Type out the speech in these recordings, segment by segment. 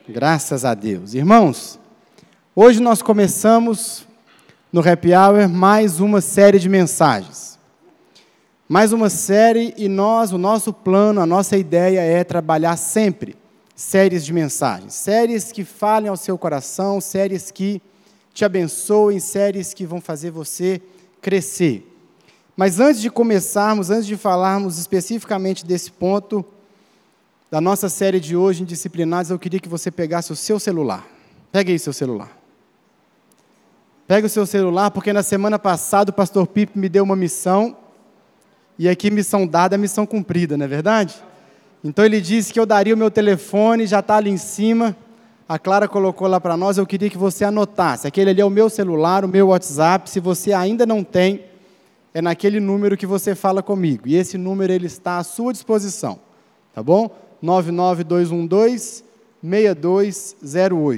Graças a Deus. Irmãos, hoje nós começamos no Happy Hour mais uma série de mensagens. Mais uma série e o nosso plano, a nossa ideia é trabalhar sempre séries de mensagens. Séries que falem ao seu coração, séries que te abençoem, séries que vão fazer você crescer. Mas antes de começarmos, antes de falarmos especificamente desse ponto da nossa série de hoje, Indisciplinados, eu queria que você pegasse o seu celular. Pega aí seu celular. Pega o seu celular, porque na semana passada o pastor Pipe me deu uma missão, e aqui missão dada é missão cumprida, não é verdade? Então ele disse que eu daria o meu telefone, já está ali em cima, a Clara colocou lá para nós, eu queria que você anotasse. Aquele ali é o meu celular, o meu WhatsApp, se você ainda não tem, é naquele número que você fala comigo, e esse número ele está à sua disposição, tá bom? 99212-6208,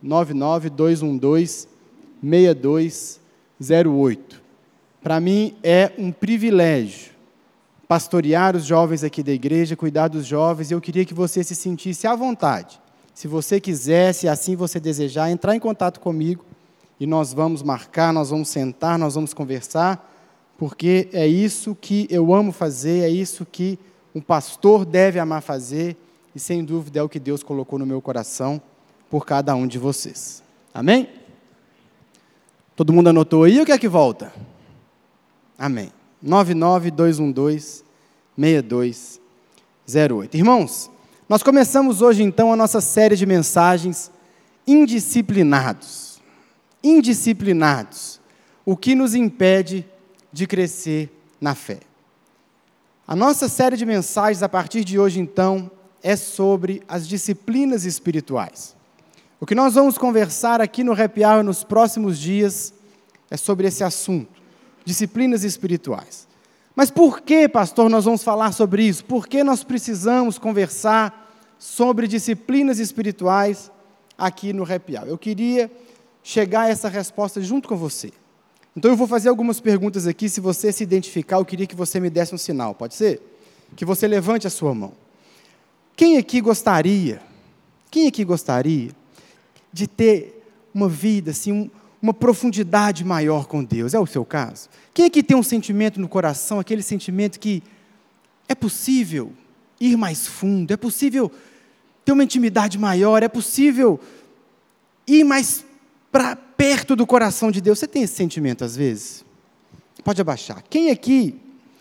99212-6208. Para mim é um privilégio pastorear os jovens aqui da igreja, cuidar dos jovens, e eu queria que você se sentisse à vontade. Se você quiser, se assim você desejar, entrar em contato comigo, e nós vamos marcar, nós vamos sentar, nós vamos conversar, porque é isso que eu amo fazer, é isso que um pastor deve amar fazer, e sem dúvida é o que Deus colocou no meu coração por cada um de vocês. Amém? Todo mundo anotou aí ou quer que volta? Amém. 99212-6208. Irmãos, nós começamos hoje então a nossa série de mensagens Indisciplinados. Indisciplinados. O que nos impede de crescer na fé. A nossa série de mensagens, a partir de hoje, então, é sobre as disciplinas espirituais. O que nós vamos conversar aqui no Happy Hour nos próximos dias é sobre esse assunto, disciplinas espirituais. Mas por que, pastor, nós vamos falar sobre isso? Por que nós precisamos conversar sobre disciplinas espirituais aqui no Happy Hour? Eu queria chegar a essa resposta junto com você. Então eu vou fazer algumas perguntas aqui, se você se identificar, eu queria que você me desse um sinal, pode ser? Que você levante a sua mão. Quem aqui gostaria de ter uma vida, assim, uma profundidade maior com Deus? É o seu caso? Quem aqui tem um sentimento no coração, aquele sentimento que é possível ir mais fundo, é possível ter uma intimidade maior, é possível ir mais para perto do coração de Deus? Você tem esse sentimento às vezes? Pode abaixar. Quem aqui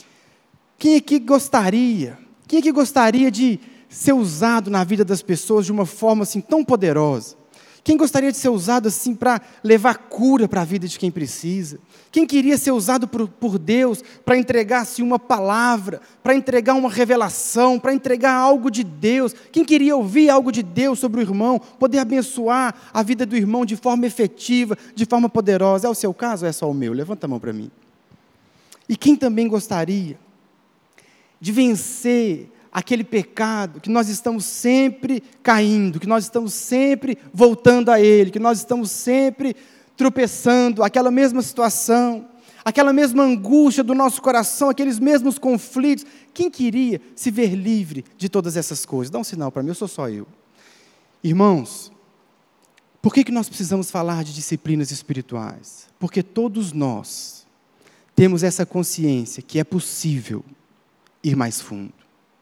gostaria de ser usado na vida das pessoas de uma forma assim tão poderosa? Quem gostaria de ser usado assim para levar cura para a vida de quem precisa? Quem queria ser usado por Deus para entregar assim, uma palavra, para entregar uma revelação, para entregar algo de Deus? Quem queria ouvir algo de Deus sobre o irmão, poder abençoar a vida do irmão de forma efetiva, de forma poderosa? É o seu caso ou é só o meu? Levanta a mão para mim. E quem também gostaria de vencer aquele pecado que nós estamos sempre caindo, que nós estamos sempre voltando a ele, que nós estamos sempre tropeçando, aquela mesma situação, aquela mesma angústia do nosso coração, aqueles mesmos conflitos? Quem queria se ver livre de todas essas coisas? Dá um sinal para mim, eu sou só eu. Irmãos, por que nós precisamos falar de disciplinas espirituais? Porque todos nós temos essa consciência que é possível ir mais fundo.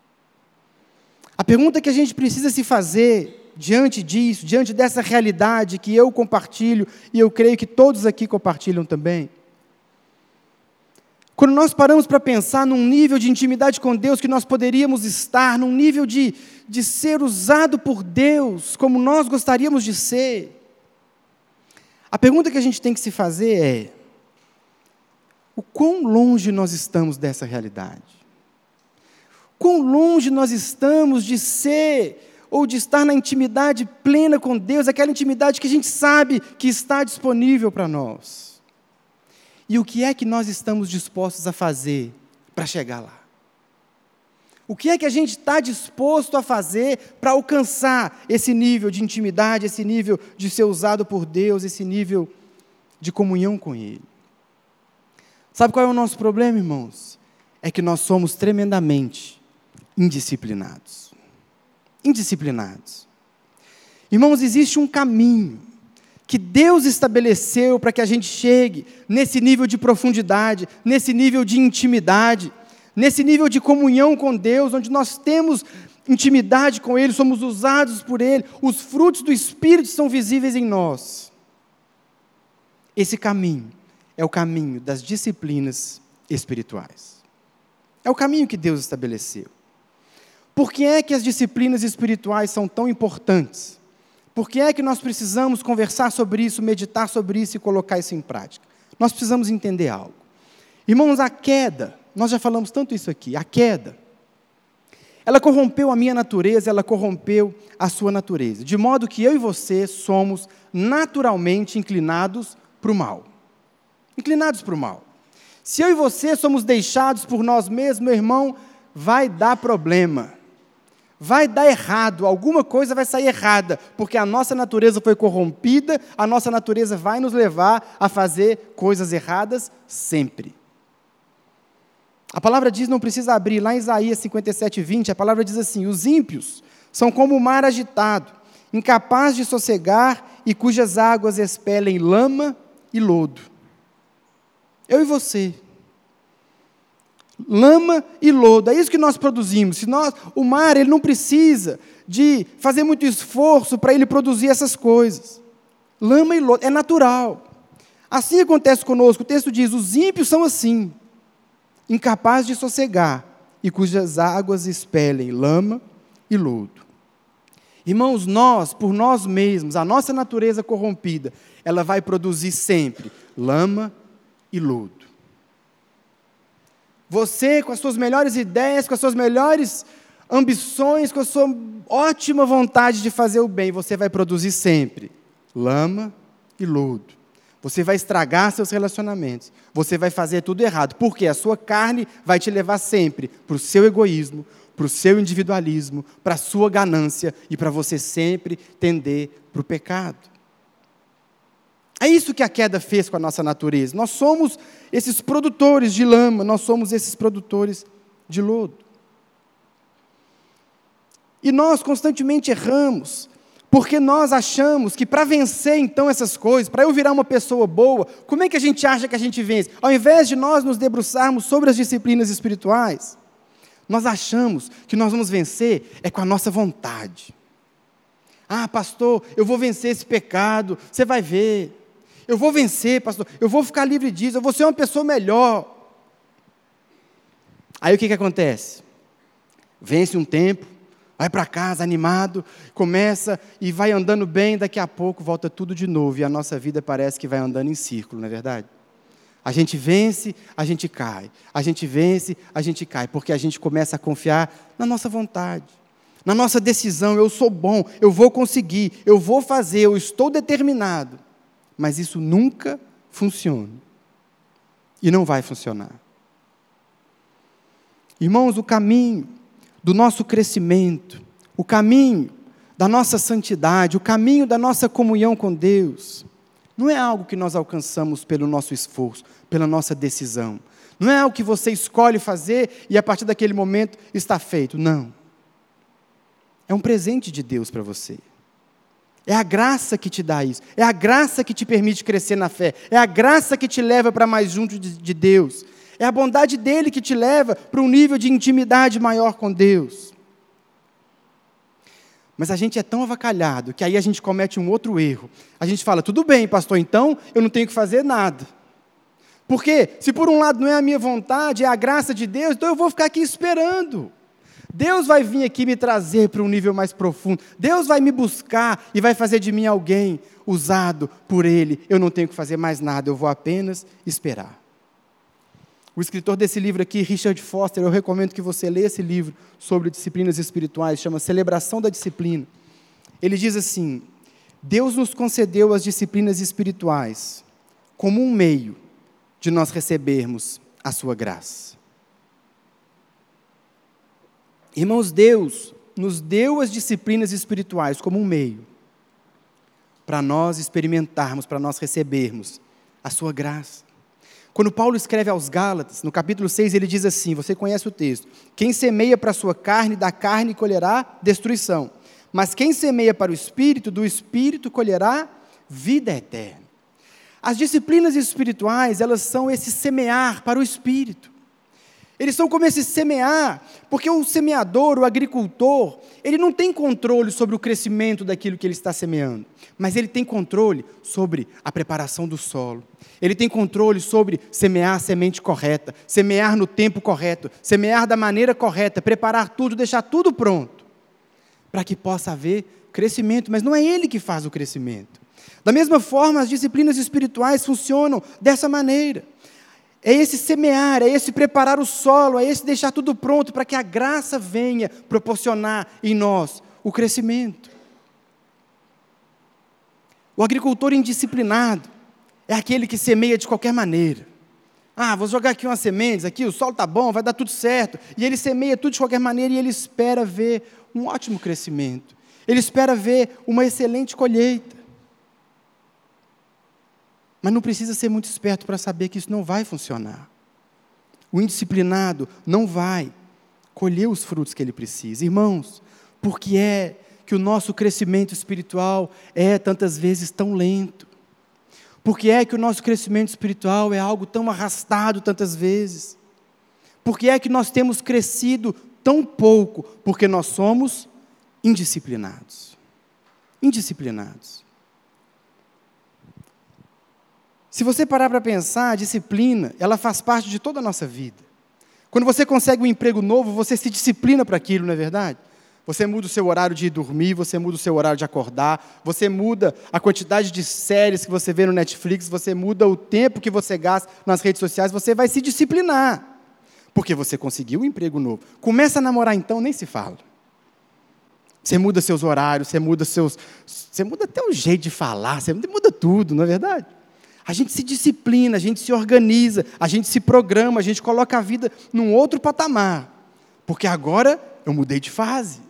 A pergunta que a gente precisa se fazer diante disso, diante dessa realidade que eu compartilho, e eu creio que todos aqui compartilham também, quando nós paramos para pensar num nível de intimidade com Deus que nós poderíamos estar, num nível de ser usado por Deus como nós gostaríamos de ser, a pergunta que a gente tem que se fazer é: o quão longe nós estamos dessa realidade? Quão longe nós estamos de ser ou de estar na intimidade plena com Deus, aquela intimidade que a gente sabe que está disponível para nós? E o que é que nós estamos dispostos a fazer para chegar lá? O que é que a gente está disposto a fazer para alcançar esse nível de intimidade, esse nível de ser usado por Deus, esse nível de comunhão com Ele? Sabe qual é o nosso problema, irmãos? É que nós somos tremendamente indisciplinados. Indisciplinados. Irmãos, existe um caminho que Deus estabeleceu para que a gente chegue nesse nível de profundidade, nesse nível de intimidade, nesse nível de comunhão com Deus, onde nós temos intimidade com Ele, somos usados por Ele, os frutos do Espírito são visíveis em nós. Esse caminho é o caminho das disciplinas espirituais. É o caminho que Deus estabeleceu. Por que é que as disciplinas espirituais são tão importantes? Por que é que nós precisamos conversar sobre isso, meditar sobre isso e colocar isso em prática? Nós precisamos entender algo. Irmãos, a queda, nós já falamos tanto isso aqui, a queda, ela corrompeu a minha natureza, ela corrompeu a sua natureza, de modo que eu e você somos naturalmente inclinados para o mal. Inclinados para o mal. Se eu e você somos deixados por nós mesmos, meu irmão, vai dar problema. Vai dar errado, alguma coisa vai sair errada, porque a nossa natureza foi corrompida, a nossa natureza vai nos levar a fazer coisas erradas sempre. A palavra diz, não precisa abrir, lá em Isaías 57:20, a palavra diz assim: os ímpios são como o mar agitado, incapaz de sossegar e cujas águas expelem lama e lodo. Eu e você. Lama e lodo, é isso que nós produzimos. O mar ele não precisa de fazer muito esforço para ele produzir essas coisas. Lama e lodo, é natural. Assim acontece conosco, o texto diz, os ímpios são assim, incapazes de sossegar, e cujas águas expelem lama e lodo. Irmãos, nós, por nós mesmos, a nossa natureza corrompida, ela vai produzir sempre lama e lodo. Você, com as suas melhores ideias, com as suas melhores ambições, com a sua ótima vontade de fazer o bem, você vai produzir sempre lama e lodo. Você vai estragar seus relacionamentos. Você vai fazer tudo errado. Porque a sua carne vai te levar sempre para o seu egoísmo, para o seu individualismo, para a sua ganância e para você sempre tender para o pecado. É isso que a queda fez com a nossa natureza. Nós somos esses produtores de lama, nós somos esses produtores de lodo. E nós constantemente erramos, porque nós achamos que para vencer então essas coisas, para eu virar uma pessoa boa, como é que a gente acha que a gente vence? Ao invés de nós nos debruçarmos sobre as disciplinas espirituais, nós achamos que nós vamos vencer é com a nossa vontade. Ah, pastor, eu vou vencer esse pecado, você vai ver. Eu vou vencer, pastor, eu vou ficar livre disso, eu vou ser uma pessoa melhor. Aí o que acontece? Vence um tempo, vai para casa animado, começa e vai andando bem, daqui a pouco volta tudo de novo, e a nossa vida parece que vai andando em círculo, não é verdade? A gente vence, a gente cai. A gente vence, a gente cai, porque a gente começa a confiar na nossa vontade, na nossa decisão. Eu sou bom, eu vou conseguir, eu vou fazer, eu estou determinado. Mas isso nunca funciona. E não vai funcionar. Irmãos, o caminho do nosso crescimento, o caminho da nossa santidade, o caminho da nossa comunhão com Deus, não é algo que nós alcançamos pelo nosso esforço, pela nossa decisão. Não é algo que você escolhe fazer e a partir daquele momento está feito. Não. É um presente de Deus para você. É a graça que te dá isso. É a graça que te permite crescer na fé. É a graça que te leva para mais junto de Deus. É a bondade dele que te leva para um nível de intimidade maior com Deus. Mas a gente é tão avacalhado que aí a gente comete um outro erro. A gente fala, tudo bem, pastor, então eu não tenho que fazer nada. Porque se por um lado não é a minha vontade, é a graça de Deus, então eu vou ficar aqui esperando. Deus vai vir aqui me trazer para um nível mais profundo. Deus vai me buscar e vai fazer de mim alguém usado por Ele. Eu não tenho que fazer mais nada, eu vou apenas esperar. O escritor desse livro aqui, Richard Foster, eu recomendo que você leia esse livro sobre disciplinas espirituais, chama Celebração da Disciplina. Ele diz assim, Deus nos concedeu as disciplinas espirituais como um meio de nós recebermos a sua graça. Irmãos, Deus nos deu as disciplinas espirituais como um meio para nós experimentarmos, para nós recebermos a sua graça. Quando Paulo escreve aos Gálatas, no capítulo 6, ele diz assim, você conhece o texto, quem semeia para a sua carne, da carne colherá destruição, Mas quem semeia para o Espírito, do Espírito colherá vida eterna. As disciplinas espirituais, elas são esse semear para o Espírito. Eles são como esse semear, porque o semeador, o agricultor, ele não tem controle sobre o crescimento daquilo que ele está semeando, mas ele tem controle sobre a preparação do solo. Ele tem controle sobre semear a semente correta, semear no tempo correto, semear da maneira correta, preparar tudo, deixar tudo pronto, para que possa haver crescimento, mas não é ele que faz o crescimento. Da mesma forma, as disciplinas espirituais funcionam dessa maneira. É esse semear, é esse preparar o solo, é esse deixar tudo pronto para que a graça venha proporcionar em nós o crescimento. O agricultor indisciplinado é aquele que semeia de qualquer maneira. Vou jogar aqui umas sementes, aqui o solo está bom, vai dar tudo certo. E ele semeia tudo de qualquer maneira e ele espera ver um ótimo crescimento. Ele espera ver uma excelente colheita. Mas não precisa ser muito esperto para saber que isso não vai funcionar. O indisciplinado não vai colher os frutos que ele precisa. Irmãos, por que é que o nosso crescimento espiritual é tantas vezes tão lento? Por que é que o nosso crescimento espiritual é algo tão arrastado tantas vezes? Por que é que nós temos crescido tão pouco? Porque nós somos indisciplinados. Indisciplinados. Se você parar para pensar, a disciplina, ela faz parte de toda a nossa vida. Quando você consegue um emprego novo, você se disciplina para aquilo, não é verdade? Você muda o seu horário de dormir, você muda o seu horário de acordar, você muda a quantidade de séries que você vê no Netflix, você muda o tempo que você gasta nas redes sociais, você vai se disciplinar, porque você conseguiu um emprego novo. Começa a namorar então, nem se fala. Você muda seus horários, você muda até o jeito de falar, você muda tudo, não é verdade? A gente se disciplina, a gente se organiza, a gente se programa, a gente coloca a vida num outro patamar. Porque agora eu mudei de fase.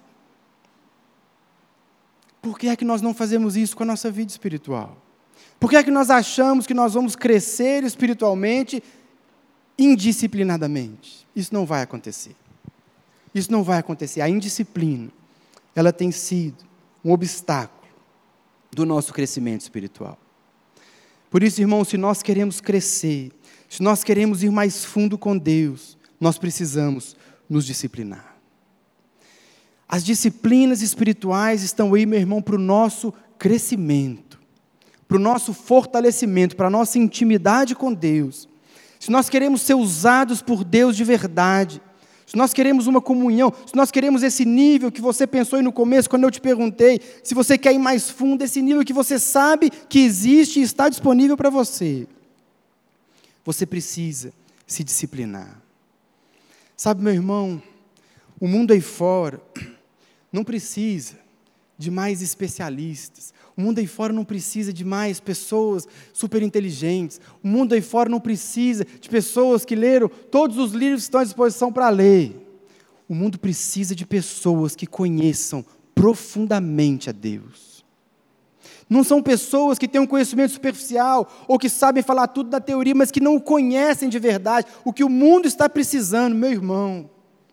Por que é que nós não fazemos isso com a nossa vida espiritual? Por que é que nós achamos que nós vamos crescer espiritualmente indisciplinadamente? Isso não vai acontecer. Isso não vai acontecer. A indisciplina, ela tem sido um obstáculo do nosso crescimento espiritual. Por isso, irmãos, se nós queremos crescer, se nós queremos ir mais fundo com Deus, nós precisamos nos disciplinar. As disciplinas espirituais estão aí, meu irmão, para o nosso crescimento, para o nosso fortalecimento, para a nossa intimidade com Deus. Se nós queremos ser usados por Deus de verdade, se nós queremos uma comunhão, se nós queremos esse nível que você pensou aí no começo, quando eu te perguntei, se você quer ir mais fundo, esse nível que você sabe que existe e está disponível para você, você precisa se disciplinar. Sabe, meu irmão, o mundo aí fora não precisa de mais especialistas. O mundo aí fora não precisa de mais pessoas super inteligentes. O mundo aí fora não precisa de pessoas que leram todos os livros que estão à disposição para ler. O mundo precisa de pessoas que conheçam profundamente a Deus. Não são pessoas que têm um conhecimento superficial ou que sabem falar tudo da teoria, mas que não o conhecem de verdade. O que o mundo está precisando, meu irmão,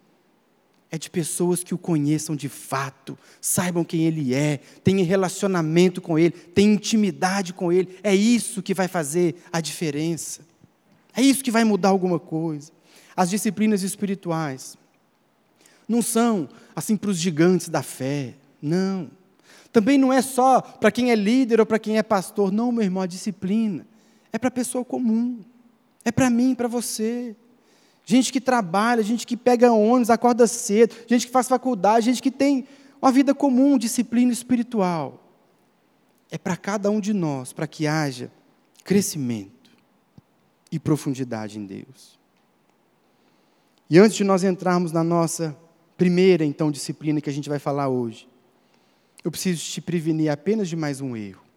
é de pessoas que o conheçam de fato, saibam quem Ele é, tenham relacionamento com Ele, tenham intimidade com Ele. É isso que vai fazer a diferença. É isso que vai mudar alguma coisa. As disciplinas espirituais não são assim para os gigantes da fé, não. Também não é só para quem é líder ou para quem é pastor. Não, meu irmão, a disciplina é para a pessoa comum, é para mim, para você. Gente que trabalha, gente que pega ônibus, acorda cedo, gente que faz faculdade, gente que tem uma vida comum, disciplina espiritual. É para cada um de nós, para que haja crescimento e profundidade em Deus. E antes de nós entrarmos na nossa primeira, então, disciplina que a gente vai falar hoje, eu preciso te prevenir apenas de mais um erro.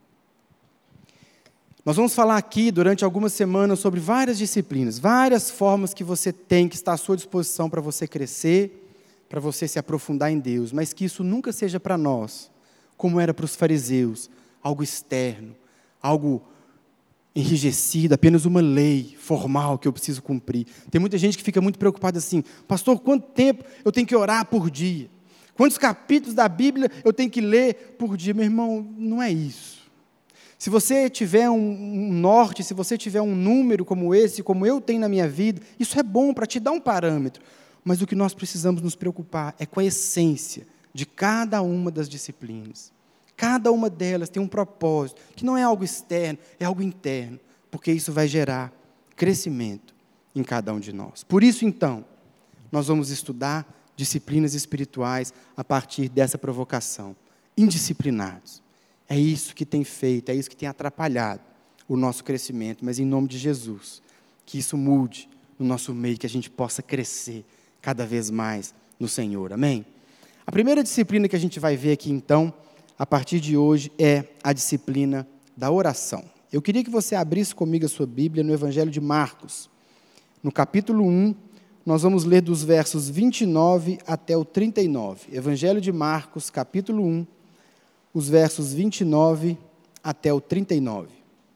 Nós vamos falar aqui, durante algumas semanas, sobre várias disciplinas, várias formas que você tem, que está à sua disposição para você crescer, para você se aprofundar em Deus, mas que isso nunca seja para nós, como era para os fariseus, algo externo, algo enrijecido, apenas uma lei formal que eu preciso cumprir. Tem muita gente que fica muito preocupada assim, pastor, quanto tempo eu tenho que orar por dia? Quantos capítulos da Bíblia eu tenho que ler por dia? Meu irmão, não é isso. Se você tiver um norte, se você tiver um número como esse, como eu tenho na minha vida, isso é bom para te dar um parâmetro. Mas o que nós precisamos nos preocupar é com a essência de cada uma das disciplinas. Cada uma delas tem um propósito, que não é algo externo, é algo interno, porque isso vai gerar crescimento em cada um de nós. Por isso, então, nós vamos estudar disciplinas espirituais a partir dessa provocação. Indisciplinados. É isso que tem feito, é isso que tem atrapalhado o nosso crescimento, mas em nome de Jesus, que isso mude no nosso meio, que a gente possa crescer cada vez mais no Senhor. Amém? A primeira disciplina que a gente vai ver aqui, então, a partir de hoje, é a disciplina da oração. Eu queria que você abrisse comigo a sua Bíblia no Evangelho de Marcos. No capítulo 1, nós vamos ler dos versos 29 até o 39. Evangelho de Marcos, capítulo 1, os versos 29 até o 39.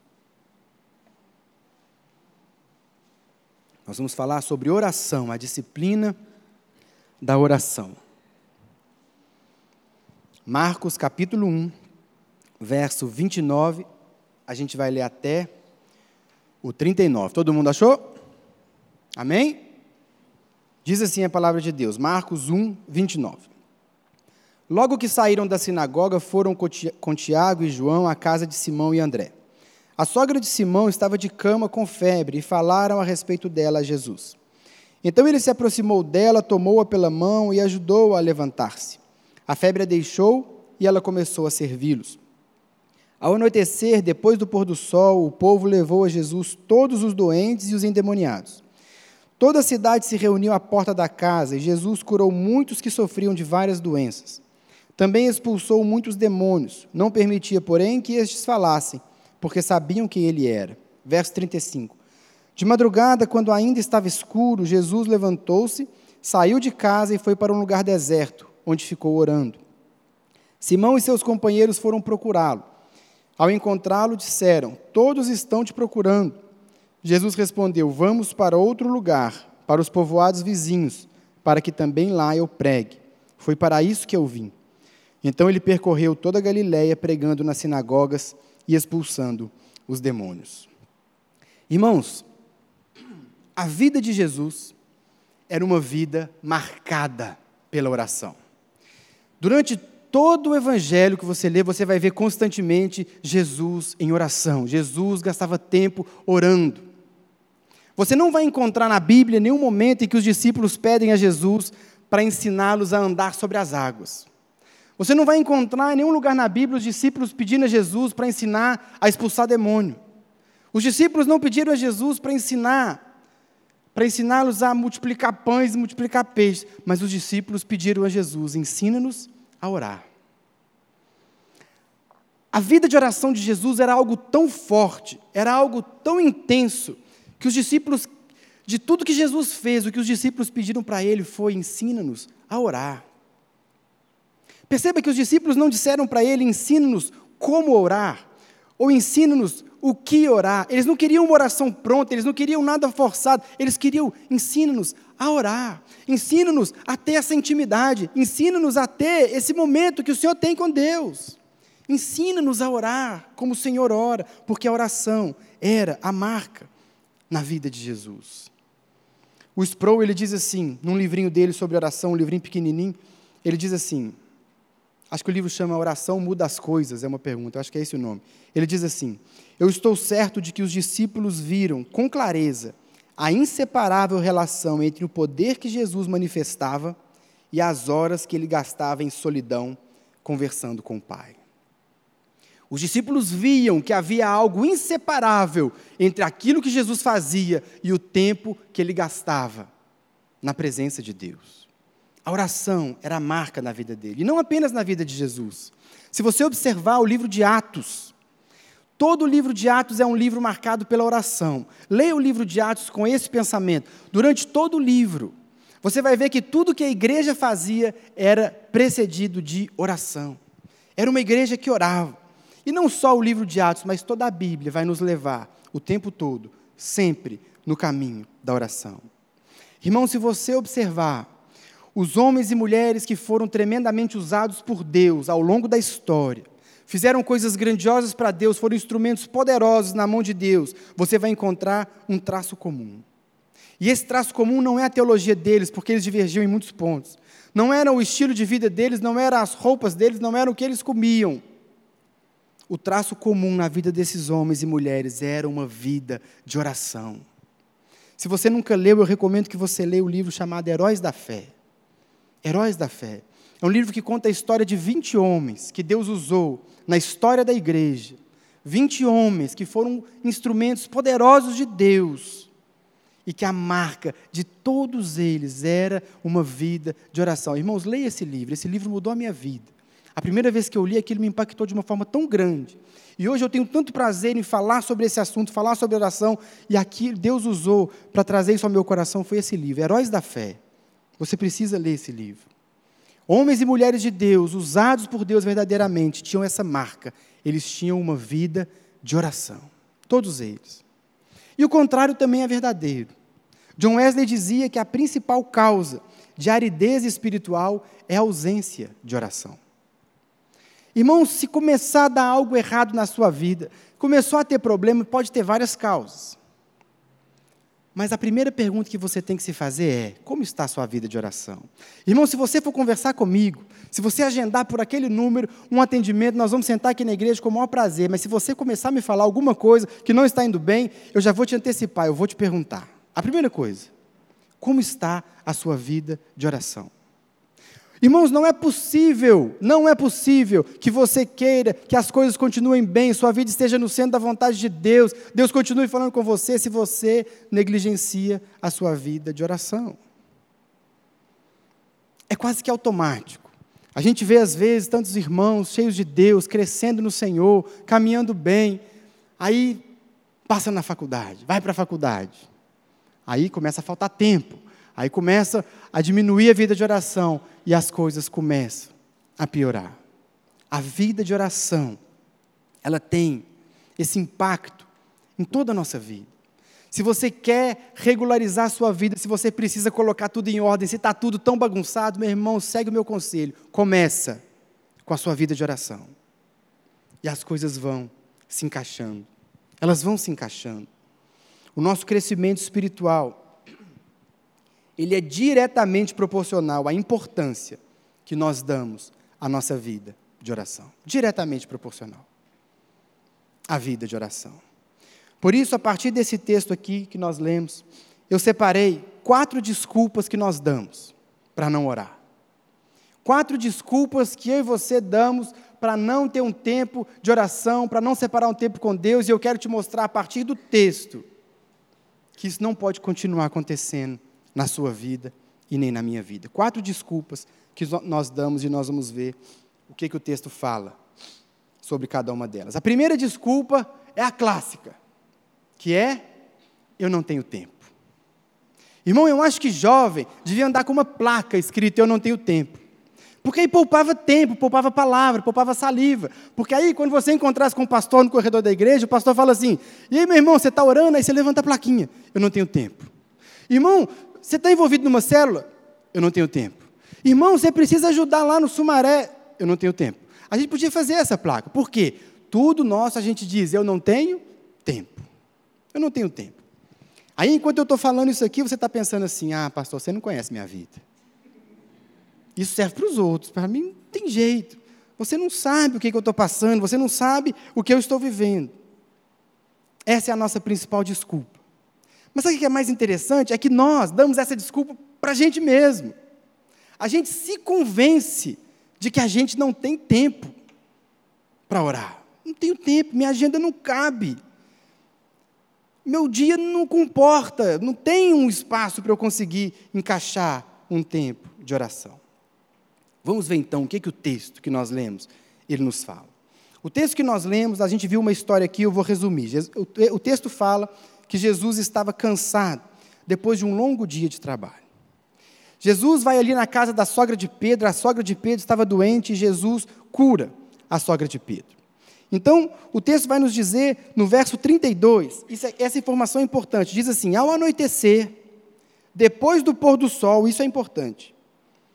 Nós vamos falar sobre oração, a disciplina da oração. Marcos, capítulo 1, verso 29, a gente vai ler até o 39. Todo mundo achou? Amém? Diz assim a palavra de Deus, Marcos 1, 29. Logo que saíram da sinagoga, foram com Tiago e João à casa de Simão e André. A sogra de Simão estava de cama com febre e falaram a respeito dela a Jesus. Então ele se aproximou dela, tomou-a pela mão e ajudou-a a levantar-se. A febre a deixou e ela começou a servi-los. Ao anoitecer, depois do pôr do sol, o povo levou a Jesus todos os doentes e os endemoniados. Toda a cidade se reuniu à porta da casa e Jesus curou muitos que sofriam de várias doenças. Também expulsou muitos demônios, não permitia, porém, que estes falassem, porque sabiam quem ele era. Verso 35. De madrugada, quando ainda estava escuro, Jesus levantou-se, saiu de casa e foi para um lugar deserto, onde ficou orando. Simão e seus companheiros foram procurá-lo. Ao encontrá-lo, disseram, todos estão te procurando. Jesus respondeu, vamos para outro lugar, para os povoados vizinhos, para que também lá eu pregue. Foi para isso que eu vim. Então ele percorreu toda a Galileia, pregando nas sinagogas e expulsando os demônios. Irmãos, a vida de Jesus era uma vida marcada pela oração. Durante todo o evangelho que você lê, você vai ver constantemente Jesus em oração. Jesus gastava tempo orando. Você não vai encontrar na Bíblia nenhum momento em que os discípulos pedem a Jesus para ensiná-los a andar sobre as águas. Você não vai encontrar em nenhum lugar na Bíblia os discípulos pedindo a Jesus para ensinar a expulsar demônio. Os discípulos não pediram a Jesus para ensiná-los a multiplicar pães e multiplicar peixes, mas os discípulos pediram a Jesus, ensina-nos a orar. A vida de oração de Jesus era algo tão forte, era algo tão intenso, que os discípulos, de tudo que Jesus fez, o que os discípulos pediram para ele foi, ensina-nos a orar. Perceba que os discípulos não disseram para ele, ensina-nos como orar, ou ensina-nos o que orar. Eles não queriam uma oração pronta, eles não queriam nada forçado, eles queriam, ensina-nos a orar, ensina-nos a ter essa intimidade, ensina-nos a ter esse momento que o Senhor tem com Deus. Ensina-nos a orar como o Senhor ora, porque a oração era a marca na vida de Jesus. O Sproul, ele diz assim, num livrinho dele sobre oração, um livrinho pequenininho, ele diz assim, acho que o livro chama Oração Muda as Coisas, é uma pergunta, acho que é esse o nome. Ele diz assim, eu estou certo de que os discípulos viram com clareza a inseparável relação entre o poder que Jesus manifestava e as horas que ele gastava em solidão conversando com o Pai. Os discípulos viam que havia algo inseparável entre aquilo que Jesus fazia e o tempo que ele gastava na presença de Deus. A oração era a marca na vida dele, e não apenas na vida de Jesus. Se você observar o livro de Atos, todo o livro de Atos é um livro marcado pela oração. Leia o livro de Atos com esse pensamento. Durante todo o livro, você vai ver que tudo que a igreja fazia era precedido de oração. Era uma igreja que orava. E não só o livro de Atos, mas toda a Bíblia vai nos levar o tempo todo, sempre no caminho da oração. Irmão, se você observar Os homens e mulheres que foram tremendamente usados por Deus ao longo da história, fizeram coisas grandiosas para Deus, foram instrumentos poderosos na mão de Deus, você vai encontrar um traço comum. E esse traço comum não é a teologia deles, porque eles divergiam em muitos pontos. Não era o estilo de vida deles, não eram as roupas deles, não era o que eles comiam. O traço comum na vida desses homens e mulheres era uma vida de oração. Se você nunca leu, eu recomendo que você leia o livro chamado Heróis da Fé. Heróis da Fé. É um livro que conta a história de 20 homens que Deus usou na história da igreja. 20 homens que foram instrumentos poderosos de Deus. E que a marca de todos eles era uma vida de oração. Irmãos, leia esse livro mudou a minha vida. A primeira vez que eu li aquilo me impactou de uma forma tão grande. E hoje eu tenho tanto prazer em falar sobre esse assunto, falar sobre oração, e aqui Deus usou para trazer isso ao meu coração, foi esse livro, Heróis da Fé. Você precisa ler esse livro. Homens e mulheres de Deus, usados por Deus verdadeiramente, tinham essa marca. Eles tinham uma vida de oração. Todos eles. E o contrário também é verdadeiro. John Wesley dizia que a principal causa de aridez espiritual é a ausência de oração. Irmãos, se começar a dar algo errado na sua vida, começou a ter problema, pode ter várias causas. Mas a primeira pergunta que você tem que se fazer é: como está a sua vida de oração? Irmão, se você for conversar comigo, se você agendar por aquele número um atendimento, nós vamos sentar aqui na igreja com o maior prazer, mas se você começar a me falar alguma coisa que não está indo bem, eu já vou te antecipar, eu vou te perguntar. A primeira coisa: como está a sua vida de oração? Irmãos, não é possível que você queira que as coisas continuem bem, sua vida esteja no centro da vontade de Deus, Deus continue falando com você, se você negligencia a sua vida de oração. É quase que automático. A gente vê, às vezes, tantos irmãos cheios de Deus, crescendo no Senhor, caminhando bem, aí passa na faculdade, vai para a faculdade, aí começa a faltar tempo, aí começa a diminuir a vida de oração, e as coisas começam a piorar. A vida de oração, ela tem esse impacto em toda a nossa vida. Se você quer regularizar a sua vida, se você precisa colocar tudo em ordem, se está tudo tão bagunçado, meu irmão, segue o meu conselho. Começa com a sua vida de oração. E as coisas vão se encaixando. Elas vão se encaixando. O nosso crescimento espiritual, ele é diretamente proporcional à importância que nós damos à nossa vida de oração. Diretamente proporcional à vida de oração. Por isso, a partir desse texto aqui que nós lemos, eu separei 4 desculpas que nós damos para não orar. 4 desculpas que eu e você damos para não ter um tempo de oração, para não separar um tempo com Deus, e eu quero te mostrar a partir do texto que isso não pode continuar acontecendo na sua vida e nem na minha vida. 4 desculpas que nós damos e nós vamos ver o que o texto fala sobre cada uma delas. A primeira desculpa é a clássica, que é: eu não tenho tempo. Irmão, eu acho que jovem devia andar com uma placa escrita: eu não tenho tempo. Porque aí poupava tempo, poupava palavra, poupava saliva. Porque aí, quando você encontrasse com o pastor no corredor da igreja, o pastor fala assim: e aí, meu irmão, você está orando? Aí você levanta a plaquinha: eu não tenho tempo. Irmão, você está envolvido numa célula? Eu não tenho tempo. Irmão, você precisa ajudar lá no Sumaré? Eu não tenho tempo. A gente podia fazer essa placa. Por quê? Tudo nosso a gente diz: eu não tenho tempo. Eu não tenho tempo. Aí, enquanto eu estou falando isso aqui, você está pensando assim: ah, pastor, você não conhece minha vida. Isso serve para os outros, para mim não tem jeito. Você não sabe o que eu estou passando, você não sabe o que eu estou vivendo. Essa é a nossa principal desculpa. Mas sabe o que é mais interessante? É que nós damos essa desculpa para a gente mesmo. A gente se convence de que a gente não tem tempo para orar. Não tenho tempo, minha agenda não cabe. Meu dia não comporta, não tem um espaço para eu conseguir encaixar um tempo de oração. Vamos ver então o que o texto que nós lemos, ele nos fala. O texto que nós lemos, a gente viu uma história aqui, eu vou resumir. O texto fala que Jesus estava cansado depois de um longo dia de trabalho. Jesus vai ali na casa da sogra de Pedro, a sogra de Pedro estava doente e Jesus cura a sogra de Pedro. Então, o texto vai nos dizer, no verso 32, essa informação é importante, diz assim: ao anoitecer, depois do pôr do sol, isso é importante,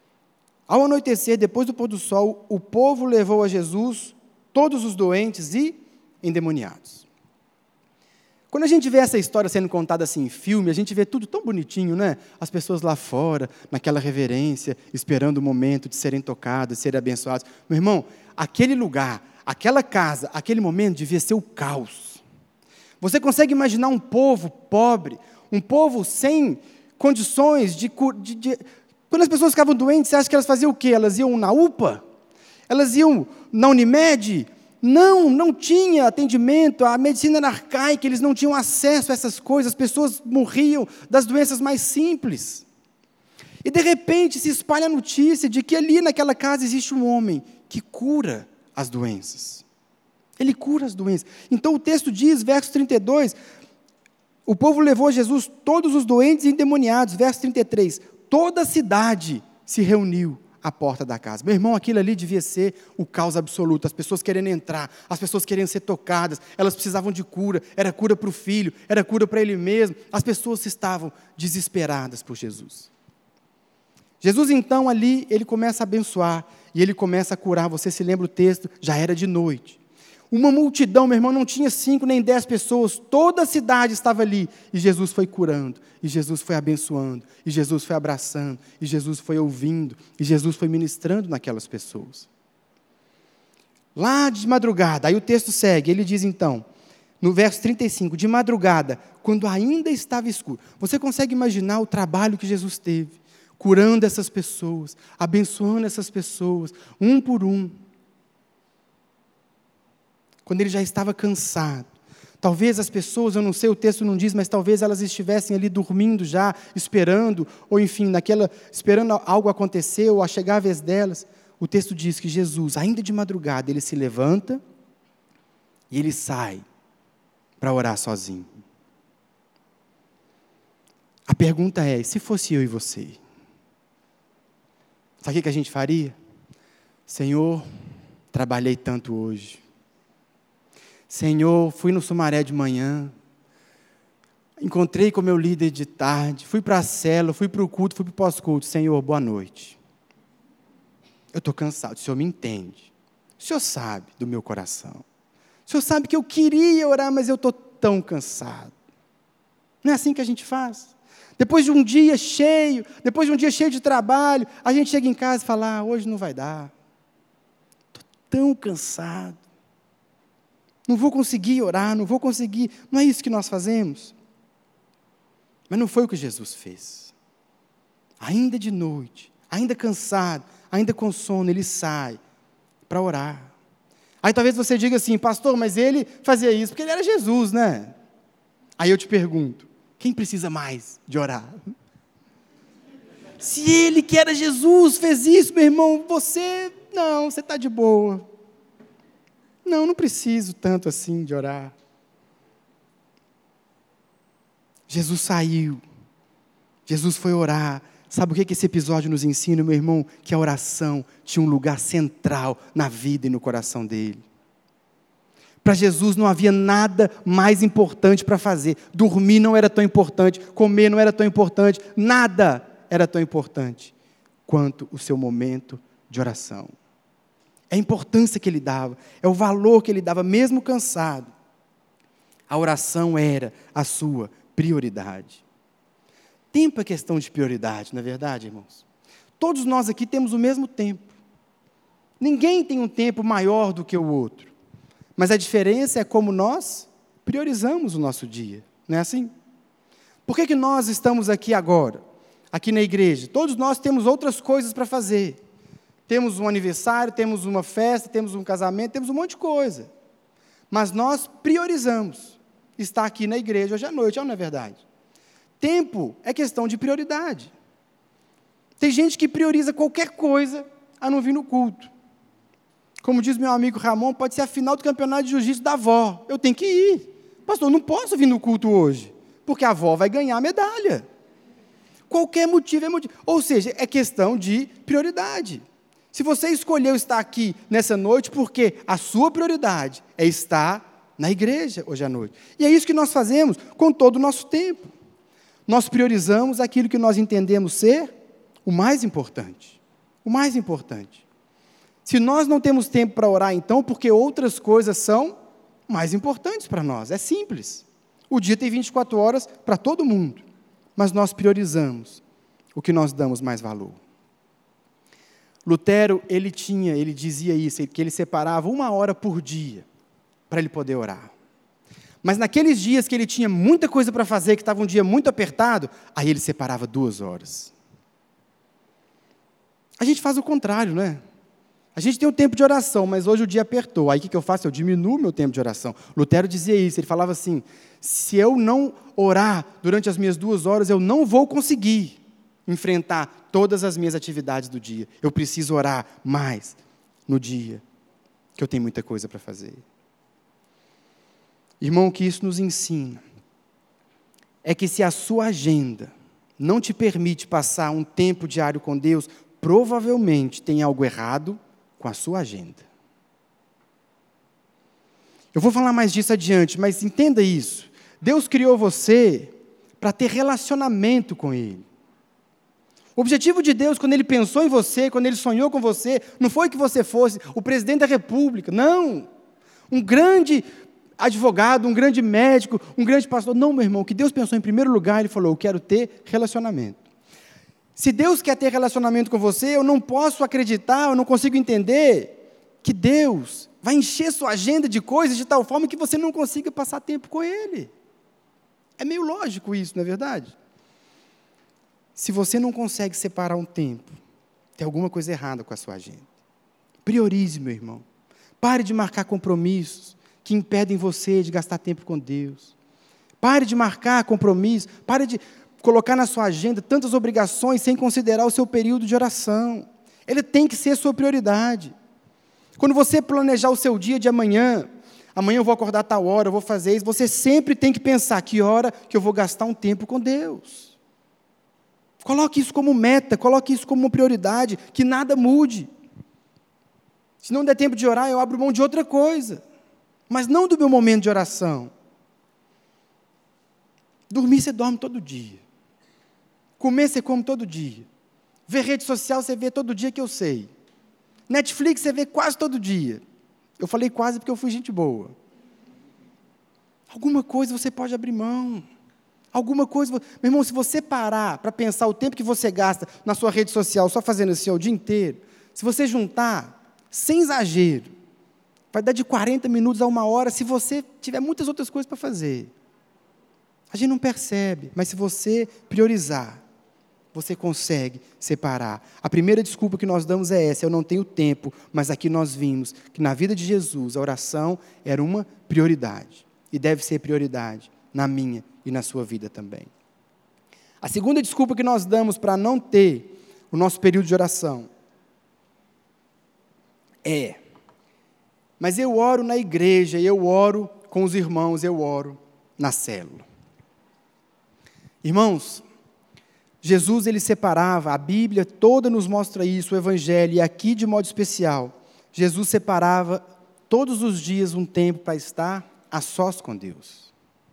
Ao anoitecer, depois do pôr do sol, o povo levou a Jesus todos os doentes e endemoniados. Quando a gente vê essa história sendo contada assim em filme, a gente vê tudo tão bonitinho, né? As pessoas lá fora, naquela reverência, esperando o momento de serem tocadas, de serem abençoadas. Meu irmão, aquele lugar, aquela casa, aquele momento devia ser o caos. Você consegue imaginar um povo pobre, um povo sem condições de... Quando as pessoas ficavam doentes, você acha que elas faziam o quê? Elas iam na UPA? Elas iam na Unimed? Não tinha atendimento, a medicina era arcaica, eles não tinham acesso a essas coisas, as pessoas morriam das doenças mais simples. E de repente se espalha a notícia de que ali naquela casa existe um homem que cura as doenças. Ele cura as doenças. Então o texto diz, verso 32, o povo levou a Jesus todos os doentes e endemoniados. Verso 33, toda a cidade se reuniu à porta da casa. Meu irmão, aquilo ali devia ser o caos absoluto, as pessoas querendo entrar, as pessoas querendo ser tocadas, elas precisavam de cura, era cura para o filho, era cura para ele mesmo, as pessoas estavam desesperadas por Jesus. Jesus então ali, ele começa a abençoar, e ele começa a curar, você se lembra o texto, já era de noite. Uma multidão, meu irmão, não tinha 5 nem 10 pessoas, toda a cidade estava ali, e Jesus foi curando, e Jesus foi abençoando, e Jesus foi abraçando, e Jesus foi ouvindo, e Jesus foi ministrando naquelas pessoas. Lá de madrugada, aí o texto segue, ele diz então, no verso 35, de madrugada, quando ainda estava escuro, você consegue imaginar o trabalho que Jesus teve, curando essas pessoas, abençoando essas pessoas, um por um, quando ele já estava cansado. Talvez as pessoas, eu não sei, o texto não diz, mas talvez elas estivessem ali dormindo já, esperando, ou enfim, esperando algo acontecer, ou a chegar a vez delas. O texto diz que Jesus, ainda de madrugada, ele se levanta e ele sai para orar sozinho. A pergunta é, se fosse eu e você? Sabe o que a gente faria? Senhor, trabalhei tanto hoje. Senhor, fui no Sumaré de manhã, encontrei com o meu líder de tarde, fui para a célula, fui para o culto, fui para o pós-culto. Senhor, boa noite. Eu estou cansado, o Senhor me entende. O Senhor sabe do meu coração. O Senhor sabe que eu queria orar, mas eu estou tão cansado. Não é assim que a gente faz? Depois de um dia cheio de trabalho, a gente chega em casa e fala, hoje não vai dar. Estou tão cansado. Não vou conseguir orar, não vou conseguir. Não é isso que nós fazemos? Mas não foi o que Jesus fez. Ainda de noite, ainda cansado, ainda com sono, ele sai para orar. Aí talvez você diga assim, pastor, mas ele fazia isso porque ele era Jesus, né? Aí eu te pergunto, quem precisa mais de orar? Se ele que era Jesus fez isso, meu irmão, você está de boa. Não preciso tanto assim de orar. Jesus saiu. Jesus foi orar. Sabe o que esse episódio nos ensina, meu irmão? Que a oração tinha um lugar central na vida e no coração dele. Para Jesus não havia nada mais importante para fazer. Dormir não era tão importante, comer não era tão importante, nada era tão importante quanto o seu momento de oração. É a importância que ele dava, é o valor que ele dava, mesmo cansado. A oração era a sua prioridade. Tempo é questão de prioridade, não é verdade, irmãos? Todos nós aqui temos o mesmo tempo. Ninguém tem um tempo maior do que o outro. Mas a diferença é como nós priorizamos o nosso dia, não é assim? Por que nós estamos aqui agora, aqui na igreja? Todos nós temos outras coisas para fazer. Temos um aniversário, temos uma festa, temos um casamento, temos um monte de coisa. Mas nós priorizamos estar aqui na igreja hoje à noite, não é verdade? Tempo é questão de prioridade. Tem gente que prioriza qualquer coisa a não vir no culto. Como diz meu amigo Ramon, pode ser a final do campeonato de jiu-jitsu da avó. Eu tenho que ir. Pastor, não posso vir no culto hoje, porque a avó vai ganhar a medalha. Qualquer motivo é motivo. Ou seja, é questão de prioridade. Se você escolheu estar aqui nessa noite, porque a sua prioridade é estar na igreja hoje à noite. E é isso que nós fazemos com todo o nosso tempo. Nós priorizamos aquilo que nós entendemos ser o mais importante. o mais importante. Se nós não temos tempo para orar, então, porque outras coisas são mais importantes para nós. É simples. O dia tem 24 horas para todo mundo, mas nós priorizamos o que nós damos mais valor. Lutero, ele dizia isso, que ele separava 1 hora por dia para ele poder orar. Mas naqueles dias que ele tinha muita coisa para fazer, que estava um dia muito apertado, aí ele separava 2 horas. A gente faz o contrário, né? A gente tem um tempo de oração, mas hoje o dia apertou. Aí o que eu faço? Eu diminuo meu tempo de oração. Lutero dizia isso, ele falava assim, se eu não orar durante as minhas 2 horas, eu não vou conseguir enfrentar todas as minhas atividades do dia. Eu preciso orar mais no dia, que eu tenho muita coisa para fazer. Irmão, o que isso nos ensina é que se a sua agenda não te permite passar um tempo diário com Deus, provavelmente tem algo errado com a sua agenda. Eu vou falar mais disso adiante, mas entenda isso. Deus criou você para ter relacionamento com Ele. O objetivo de Deus, quando Ele pensou em você, quando Ele sonhou com você, não foi que você fosse o presidente da República, não. Um grande advogado, um grande médico, um grande pastor. Não, meu irmão, o que Deus pensou em primeiro lugar, Ele falou, eu quero ter relacionamento. Se Deus quer ter relacionamento com você, eu não posso acreditar, eu não consigo entender que Deus vai encher sua agenda de coisas de tal forma que você não consiga passar tempo com Ele. É meio lógico isso, não é verdade? Se você não consegue separar um tempo, tem alguma coisa errada com a sua agenda. Priorize, meu irmão. Pare de marcar compromissos que impedem você de gastar tempo com Deus. Pare de marcar compromissos, pare de colocar na sua agenda tantas obrigações sem considerar o seu período de oração. Ele tem que ser a sua prioridade. Quando você planejar o seu dia de amanhã eu vou acordar a tal hora, eu vou fazer isso, você sempre tem que pensar que hora que eu vou gastar um tempo com Deus. Coloque isso como meta, coloque isso como prioridade, que nada mude. Se não der tempo de orar, eu abro mão de outra coisa, mas não do meu momento de oração. Dormir, você dorme todo dia. Comer, você come todo dia. Ver rede social, você vê todo dia, que eu sei. Netflix, você vê quase todo dia. Eu falei quase porque eu fui gente boa. Alguma coisa você pode abrir mão. Alguma coisa... Meu irmão, se você parar para pensar o tempo que você gasta na sua rede social, só fazendo assim o dia inteiro, se você juntar, sem exagero, vai dar de 40 minutos a 1 hora, se você tiver muitas outras coisas para fazer. A gente não percebe, mas se você priorizar, você consegue separar. A primeira desculpa que nós damos é essa, eu não tenho tempo, mas aqui nós vimos que na vida de Jesus, a oração era uma prioridade, e deve ser prioridade na minha e na sua vida também. A segunda desculpa que nós damos para não ter o nosso período de oração é, mas eu oro na igreja, eu oro com os irmãos, eu oro na célula. Irmãos, Jesus, ele separava, a Bíblia toda nos mostra isso, o Evangelho, e aqui de modo especial, Jesus separava todos os dias um tempo para estar a sós com Deus.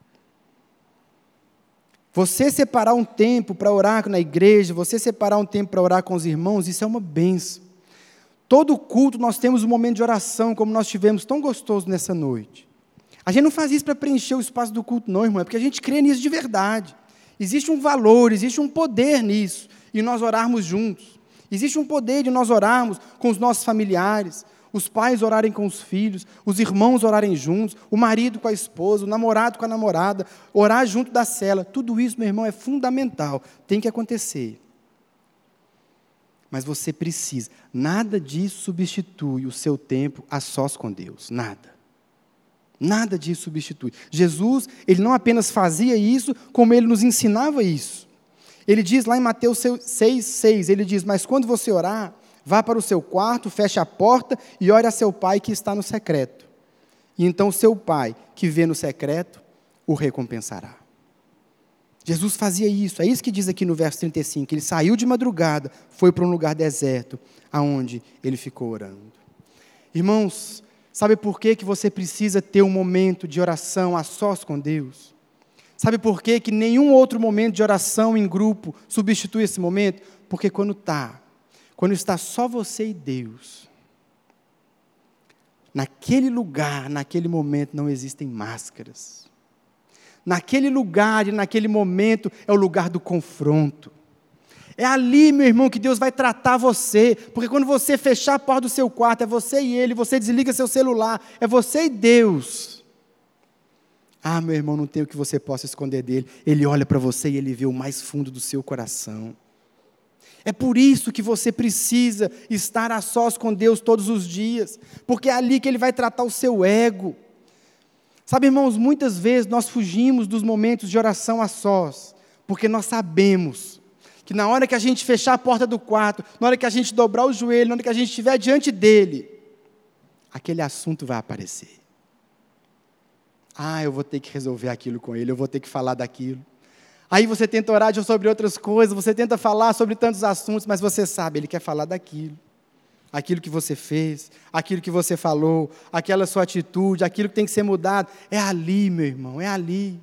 Você separar um tempo para orar na igreja, você separar um tempo para orar com os irmãos, isso é uma bênção. Todo culto nós temos um momento de oração, como nós tivemos tão gostoso nessa noite. A gente não faz isso para preencher o espaço do culto, não, irmão, é porque a gente crê nisso de verdade. Existe um valor, existe um poder nisso, e nós orarmos juntos. Existe um poder de nós orarmos com os nossos familiares, os pais orarem com os filhos, os irmãos orarem juntos, o marido com a esposa, o namorado com a namorada, orar junto da cela. Tudo isso, meu irmão, é fundamental, tem que acontecer. Mas você precisa, nada disso substitui o seu tempo a sós com Deus, nada. Nada disso substitui. Jesus, ele não apenas fazia isso, como ele nos ensinava isso. Ele diz lá em Mateus 6,6, ele diz, mas quando você orar, vá para o seu quarto, feche a porta e ore a seu pai que está no secreto. E então seu pai, que vê no secreto, o recompensará. Jesus fazia isso, é isso que diz aqui no verso 35, ele saiu de madrugada, foi para um lugar deserto, aonde ele ficou orando. Irmãos, sabe por que você precisa ter um momento de oração a sós com Deus? Sabe por que nenhum outro momento de oração em grupo substitui esse momento? Porque quando quando está só você e Deus, naquele lugar, naquele momento, não existem máscaras. Naquele lugar e naquele momento é o lugar do confronto. É ali, meu irmão, que Deus vai tratar você, porque quando você fechar a porta do seu quarto, é você e Ele, você desliga seu celular, é você e Deus. Ah, meu irmão, não tem o que você possa esconder dele. Ele olha para você e Ele vê o mais fundo do seu coração. É por isso que você precisa estar a sós com Deus todos os dias, porque é ali que Ele vai tratar o seu ego. Sabe, irmãos, muitas vezes nós fugimos dos momentos de oração a sós, porque nós sabemos que na hora que a gente fechar a porta do quarto, na hora que a gente dobrar o joelho, na hora que a gente estiver diante dEle, aquele assunto vai aparecer. Ah, eu vou ter que resolver aquilo com Ele, eu vou ter que falar daquilo. Aí você tenta orar sobre outras coisas, você tenta falar sobre tantos assuntos, mas você sabe, Ele quer falar daquilo. Aquilo que você fez, aquilo que você falou, aquela sua atitude, aquilo que tem que ser mudado. É ali, meu irmão, é ali.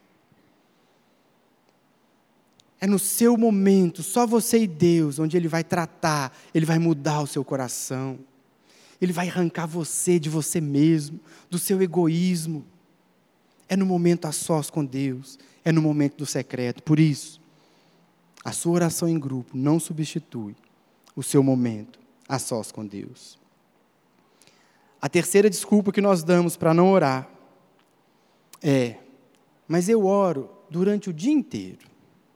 É no seu momento, só você e Deus, onde Ele vai tratar, Ele vai mudar o seu coração. Ele vai arrancar você de você mesmo, do seu egoísmo. É no momento a sós com Deus, é no momento do secreto. Por isso, a sua oração em grupo não substitui o seu momento a sós com Deus. A terceira desculpa que nós damos para não orar é: mas eu oro durante o dia inteiro.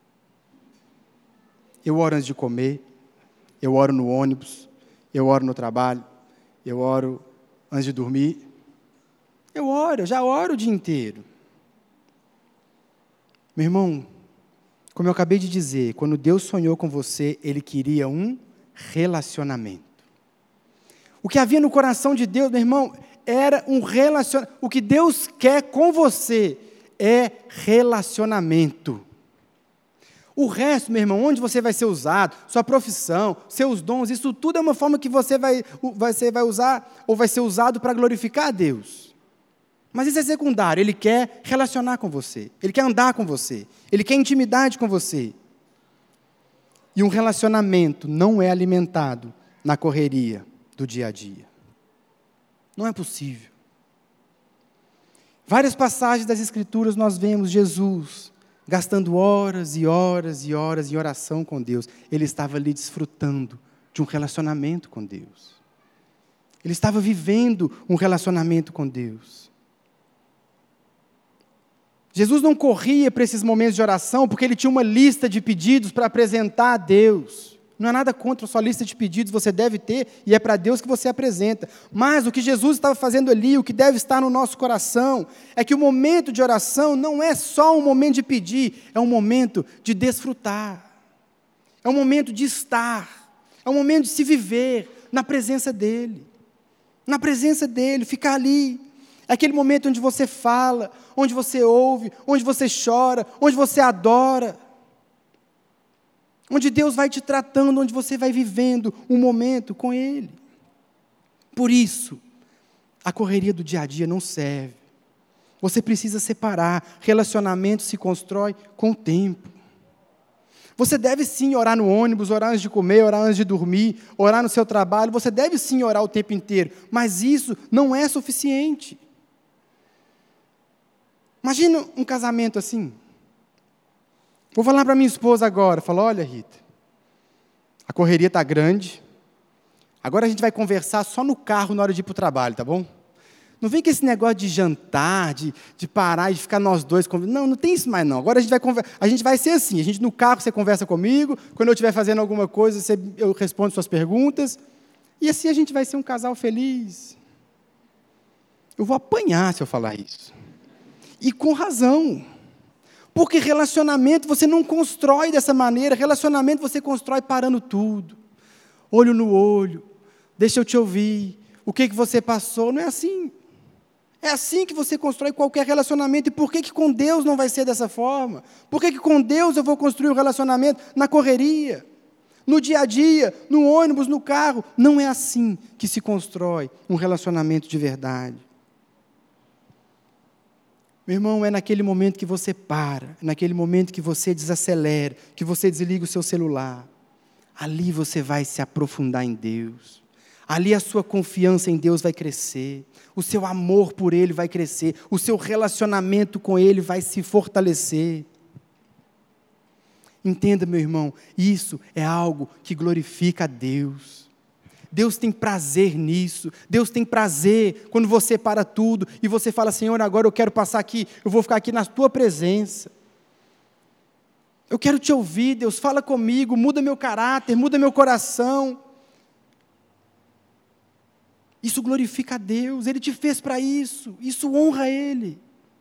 Eu oro antes de comer, eu oro no ônibus, eu oro no trabalho, eu oro antes de dormir. Eu já oro o dia inteiro. Meu irmão, como eu acabei de dizer, quando Deus sonhou com você, Ele queria um relacionamento. O que havia no coração de Deus, meu irmão, era um relacionamento. O que Deus quer com você é relacionamento. O resto, meu irmão, onde você vai ser usado, sua profissão, seus dons, isso tudo é uma forma que você vai usar, ou vai ser usado para glorificar a Deus. Mas isso é secundário, Ele quer relacionar com você, Ele quer andar com você, Ele quer intimidade com você. E um relacionamento não é alimentado na correria do dia a dia. Não é possível. Várias passagens das Escrituras nós vemos Jesus gastando horas e horas e horas em oração com Deus. Ele estava ali desfrutando de um relacionamento com Deus. Ele estava vivendo um relacionamento com Deus. Jesus não corria para esses momentos de oração porque ele tinha uma lista de pedidos para apresentar a Deus. Não é nada contra a sua lista de pedidos, você deve ter, e é para Deus que você apresenta. Mas o que Jesus estava fazendo ali, o que deve estar no nosso coração, é que o momento de oração não é só um momento de pedir, é um momento de desfrutar. É um momento de estar. É um momento de se viver na presença dEle. Na presença dEle, ficar ali. É aquele momento onde você fala, onde você ouve, onde você chora, onde você adora. Onde Deus vai te tratando, onde você vai vivendo um momento com Ele. Por isso, a correria do dia a dia não serve. Você precisa separar. Relacionamento se constrói com o tempo. Você deve sim orar no ônibus, orar antes de comer, orar antes de dormir, orar no seu trabalho. Você deve sim orar o tempo inteiro. Mas isso não é suficiente. Imagina um casamento assim. Vou falar para minha esposa agora, falo: olha, Rita, a correria está grande, agora a gente vai conversar só no carro na hora de ir para o trabalho, tá bom? Não vem com esse negócio de jantar, de parar e de ficar nós dois conversando. Não tem isso mais não. Agora a gente vai ser assim, no carro você conversa comigo, quando eu estiver fazendo alguma coisa, eu respondo suas perguntas, e assim a gente vai ser um casal feliz. Eu vou apanhar se eu falar isso. E com razão. Porque relacionamento você não constrói dessa maneira, relacionamento você constrói parando tudo. Olho no olho, deixa eu te ouvir, o que você passou, não é assim. É assim que você constrói qualquer relacionamento. E por que com Deus não vai ser dessa forma? Por que com Deus eu vou construir um relacionamento na correria, no dia a dia, no ônibus, no carro? Não é assim que se constrói um relacionamento de verdade. Meu irmão, é naquele momento que você para, naquele momento que você desacelera, que você desliga o seu celular. ali você vai se aprofundar em Deus. Ali a sua confiança em Deus vai crescer. O seu amor por Ele vai crescer. O seu relacionamento com Ele vai se fortalecer. Entenda, meu irmão, isso é algo que glorifica a Deus. Deus tem prazer nisso. Deus tem prazer quando você para tudo e você fala: Senhor, agora eu quero passar aqui, eu vou ficar aqui na Tua presença. Eu quero Te ouvir, Deus, fala comigo, muda meu caráter, muda meu coração. Isso glorifica a Deus, Ele te fez para isso honra Ele.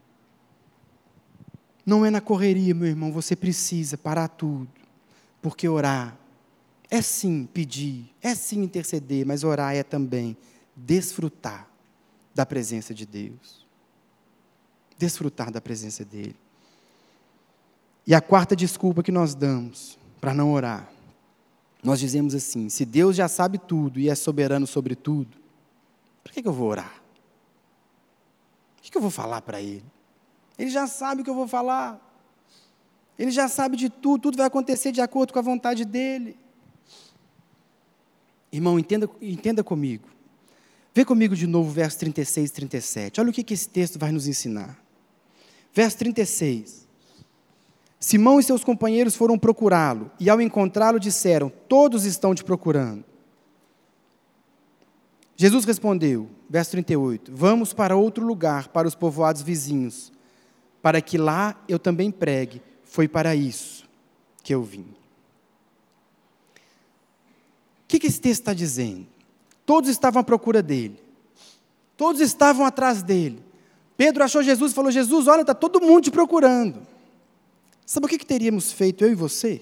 Não é na correria, meu irmão, você precisa parar tudo, porque orar é sim pedir, é sim interceder, mas orar é também desfrutar da presença de Deus. Desfrutar da presença dEle. E a quarta desculpa que nós damos para não orar, nós dizemos assim: se Deus já sabe tudo e é soberano sobre tudo, por que eu vou orar? O que eu vou falar para Ele? Ele já sabe o que eu vou falar. Ele já sabe de tudo, tudo vai acontecer de acordo com a vontade dEle. Irmão, entenda comigo. Vê comigo de novo o verso 36 e 37. Olha o que esse texto vai nos ensinar. Verso 36. Simão e seus companheiros foram procurá-lo, e ao encontrá-lo disseram: todos estão te procurando. Jesus respondeu, verso 38, vamos para outro lugar, para os povoados vizinhos, para que lá eu também pregue, foi para isso que eu vim. O que esse texto está dizendo? Todos estavam à procura dele, todos estavam atrás dele. Pedro achou Jesus e falou: Jesus, olha, está todo mundo te procurando. Sabe o que teríamos feito eu e você?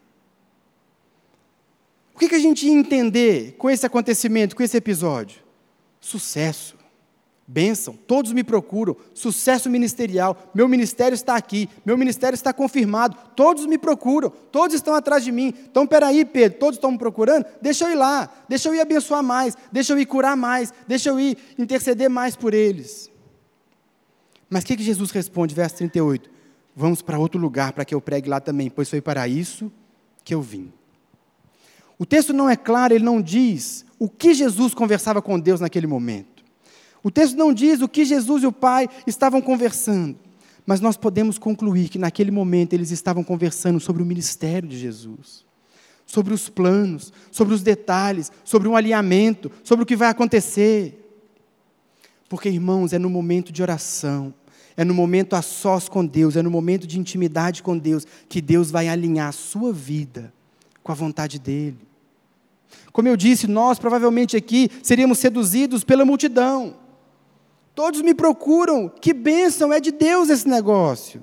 O que a gente ia entender com esse acontecimento, com esse episódio? Sucesso, bênção, todos me procuram, sucesso ministerial, meu ministério está aqui, meu ministério está confirmado, todos me procuram, todos estão atrás de mim. Então, peraí, Pedro, todos estão me procurando? Deixa eu ir lá, deixa eu ir abençoar mais, deixa eu ir curar mais, deixa eu ir interceder mais por eles. Mas o que Jesus responde, verso 38? Vamos para outro lugar para que eu pregue lá também, pois foi para isso que eu vim. O texto não é claro, ele não diz o que Jesus conversava com Deus naquele momento. O texto não diz o que Jesus e o Pai estavam conversando, mas nós podemos concluir que naquele momento eles estavam conversando sobre o ministério de Jesus, sobre os planos, sobre os detalhes, sobre um alinhamento, sobre o que vai acontecer. Porque, irmãos, é no momento de oração, é no momento a sós com Deus, é no momento de intimidade com Deus, que Deus vai alinhar a sua vida com a vontade dEle. Como eu disse, nós provavelmente aqui seríamos seduzidos pela multidão. Todos me procuram, que bênção, é de Deus esse negócio.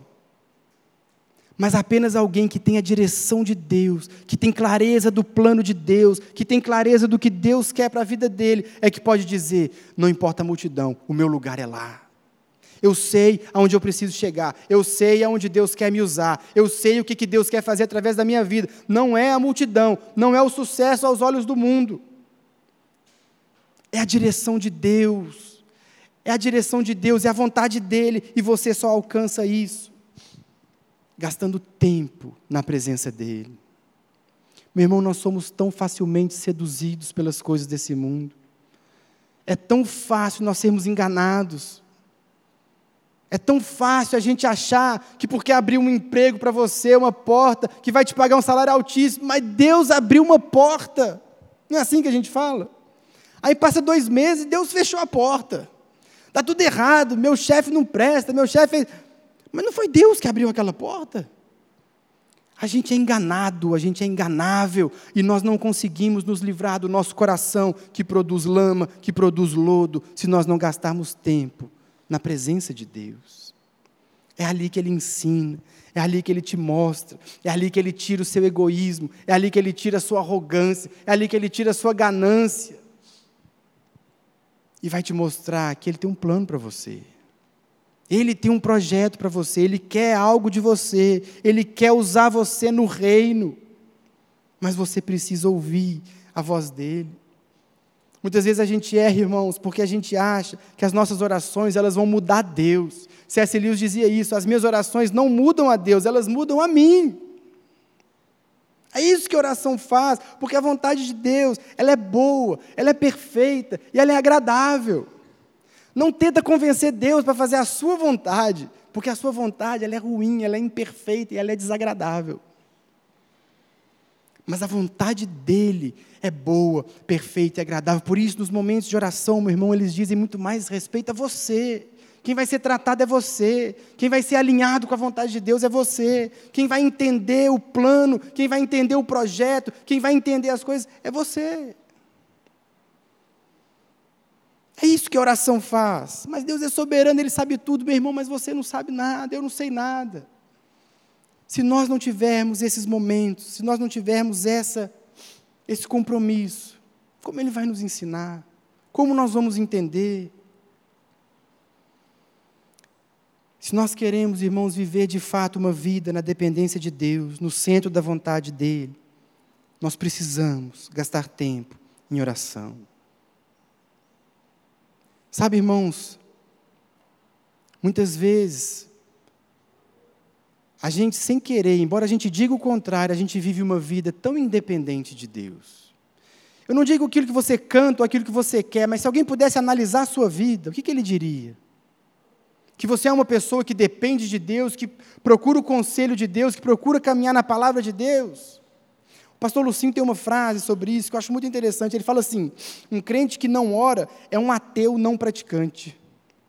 Mas apenas alguém que tem a direção de Deus, que tem clareza do plano de Deus, que tem clareza do que Deus quer para a vida dele, é que pode dizer: não importa a multidão, o meu lugar é lá. Eu sei aonde eu preciso chegar, eu sei aonde Deus quer me usar, eu sei o que Deus quer fazer através da minha vida. Não é a multidão, não é o sucesso aos olhos do mundo. É a direção de Deus, é a direção de Deus, é a vontade dEle, e você só alcança isso gastando tempo na presença dEle. Meu irmão, nós somos tão facilmente seduzidos pelas coisas desse mundo. É tão fácil nós sermos enganados. É tão fácil a gente achar que porque abriu um emprego para você, uma porta, que vai te pagar um salário altíssimo, mas Deus abriu uma porta. Não é assim que a gente fala? Aí passa 2 meses e Deus fechou a porta. Está tudo errado, meu chefe não presta, meu chefe... Mas não foi Deus que abriu aquela porta? A gente é enganado, a gente é enganável, e nós não conseguimos nos livrar do nosso coração, que produz lama, que produz lodo, se nós não gastarmos tempo na presença de Deus. É ali que Ele ensina, é ali que Ele te mostra, é ali que Ele tira o seu egoísmo, é ali que Ele tira a sua arrogância, é ali que Ele tira a sua ganância. E vai te mostrar que Ele tem um plano para você. Ele tem um projeto para você, Ele quer algo de você, Ele quer usar você no reino. Mas você precisa ouvir a voz dEle. Muitas vezes a gente erra, irmãos, porque a gente acha que as nossas orações, elas vão mudar Deus. C.S. Lewis dizia isso: as minhas orações não mudam a Deus, elas mudam a mim. É isso que a oração faz, porque a vontade de Deus, ela é boa, ela é perfeita e ela é agradável. Não tenta convencer Deus para fazer a sua vontade, porque a sua vontade ela é ruim, ela é imperfeita e ela é desagradável. Mas a vontade dEle é boa, perfeita e agradável. Por isso, nos momentos de oração, meu irmão, eles dizem muito mais respeito a você. Quem vai ser tratado é você. Quem vai ser alinhado com a vontade de Deus é você. Quem vai entender o plano, quem vai entender o projeto, quem vai entender as coisas é você. É isso que a oração faz. Mas Deus é soberano, Ele sabe tudo, meu irmão, mas você não sabe nada, eu não sei nada. Se nós não tivermos esses momentos, se nós não tivermos esse compromisso, como Ele vai nos ensinar? Como nós vamos entender? Se nós queremos, irmãos, viver de fato uma vida na dependência de Deus, no centro da vontade dEle, nós precisamos gastar tempo em oração. Sabe, irmãos, muitas vezes, a gente sem querer, embora a gente diga o contrário, a gente vive uma vida tão independente de Deus. Eu não digo aquilo que você canta ou aquilo que você quer, mas se alguém pudesse analisar a sua vida, o que ele diria? Que você é uma pessoa que depende de Deus, que procura o conselho de Deus, que procura caminhar na palavra de Deus. O pastor Lucinho tem uma frase sobre isso que eu acho muito interessante. Ele fala assim: um crente que não ora é um ateu não praticante.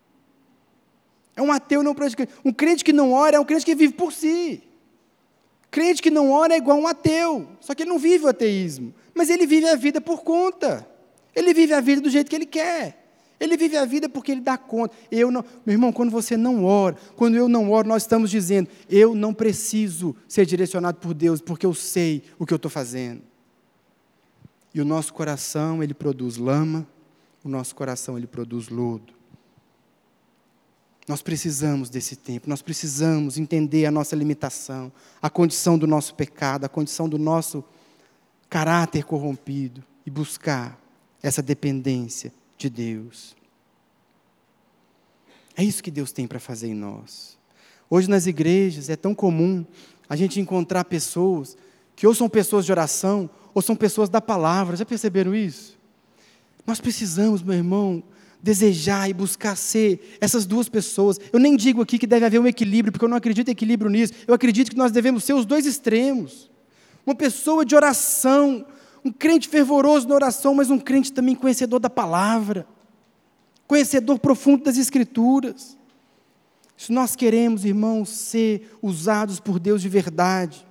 É um ateu não praticante. Um crente que não ora é um crente que vive por si. Crente que não ora é igual a um ateu, só que ele não vive o ateísmo, mas ele vive a vida por conta. Ele vive a vida do jeito que ele quer. Ele vive a vida porque ele dá conta. Meu irmão, quando você não ora, quando eu não oro, nós estamos dizendo: eu não preciso ser direcionado por Deus, porque eu sei o que eu estou fazendo. E o nosso coração, ele produz lama, o nosso coração, ele produz lodo. Nós precisamos desse tempo, nós precisamos entender a nossa limitação, a condição do nosso pecado, a condição do nosso caráter corrompido, e buscar essa dependência de Deus. É isso que Deus tem para fazer em nós. Hoje nas igrejas é tão comum a gente encontrar pessoas que ou são pessoas de oração ou são pessoas da palavra. Já perceberam isso? Nós precisamos, meu irmão, desejar e buscar ser essas duas pessoas. Eu nem digo aqui que deve haver um equilíbrio, porque eu não acredito em equilíbrio nisso. Eu acredito que nós devemos ser os dois extremos. Uma pessoa de oração, um crente fervoroso na oração, mas um crente também conhecedor da palavra, conhecedor profundo das Escrituras. Se nós queremos, irmãos, ser usados por Deus de verdade,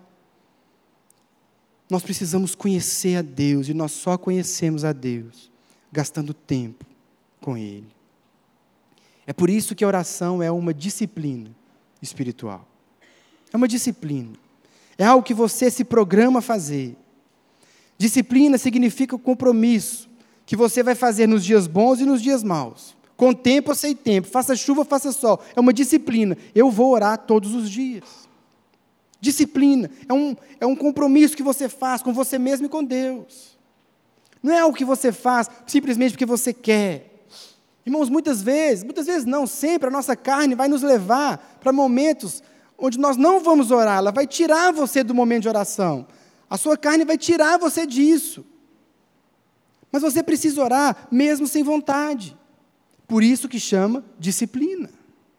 nós precisamos conhecer a Deus, e nós só conhecemos a Deus gastando tempo com Ele. É por isso que a oração é uma disciplina espiritual. É uma disciplina. É algo que você se programa a fazer. Disciplina significa o compromisso que você vai fazer nos dias bons e nos dias maus. Com tempo ou sem tempo, faça chuva, faça sol. É uma disciplina. Eu vou orar todos os dias. Disciplina é um compromisso que você faz com você mesmo e com Deus. Não é algo que você faz simplesmente porque você quer. Irmãos, muitas vezes não, sempre a nossa carne vai nos levar para momentos onde nós não vamos orar. Ela vai tirar você do momento de oração. A sua carne vai tirar você disso. Mas você precisa orar mesmo sem vontade. Por isso que chama disciplina.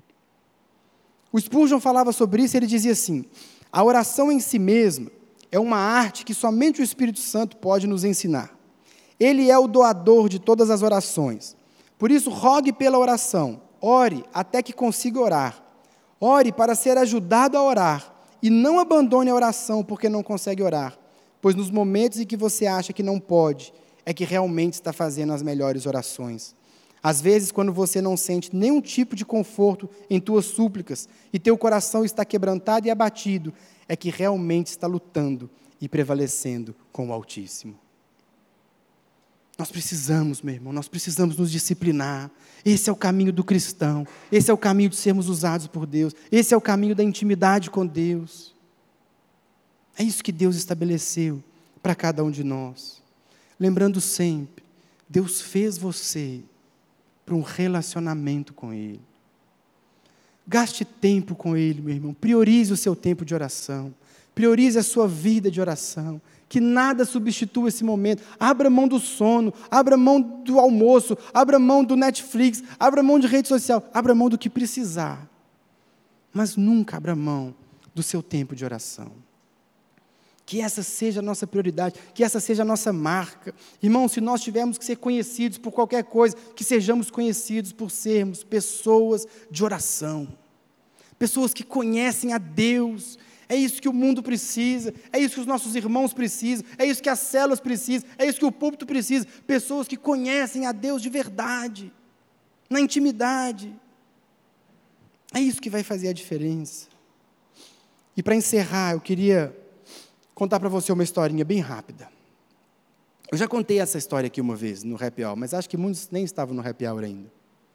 O Spurgeon falava sobre isso, ele dizia assim: a oração em si mesma é uma arte que somente o Espírito Santo pode nos ensinar. Ele é o doador de todas as orações. Por isso, rogue pela oração, ore até que consiga orar. Ore para ser ajudado a orar, e não abandone a oração porque não consegue orar, pois nos momentos em que você acha que não pode, é que realmente está fazendo as melhores orações. Às vezes, quando você não sente nenhum tipo de conforto em tuas súplicas, e teu coração está quebrantado e abatido, é que realmente está lutando e prevalecendo com o Altíssimo. Nós precisamos, meu irmão, nós precisamos nos disciplinar. Esse é o caminho do cristão. Esse é o caminho de sermos usados por Deus. Esse é o caminho da intimidade com Deus. É isso que Deus estabeleceu para cada um de nós. Lembrando sempre, Deus fez você para um relacionamento com Ele. Gaste tempo com Ele, meu irmão. Priorize o seu tempo de oração. Priorize a sua vida de oração. Que nada substitua esse momento. Abra mão do sono, abra mão do almoço, abra mão do Netflix, abra mão de rede social, abra mão do que precisar. Mas nunca abra mão do seu tempo de oração. Que essa seja a nossa prioridade, que essa seja a nossa marca. Irmão, se nós tivermos que ser conhecidos por qualquer coisa, que sejamos conhecidos por sermos pessoas de oração. Pessoas que conhecem a Deus. É isso que o mundo precisa, é isso que os nossos irmãos precisam, é isso que as células precisam, é isso que o púlpito precisa. Pessoas que conhecem a Deus de verdade, na intimidade. É isso que vai fazer a diferença. E para encerrar, eu queria contar para você uma historinha bem rápida. Eu já contei essa história aqui uma vez, no Happy Hour, mas acho que muitos nem estavam no Happy Hour ainda.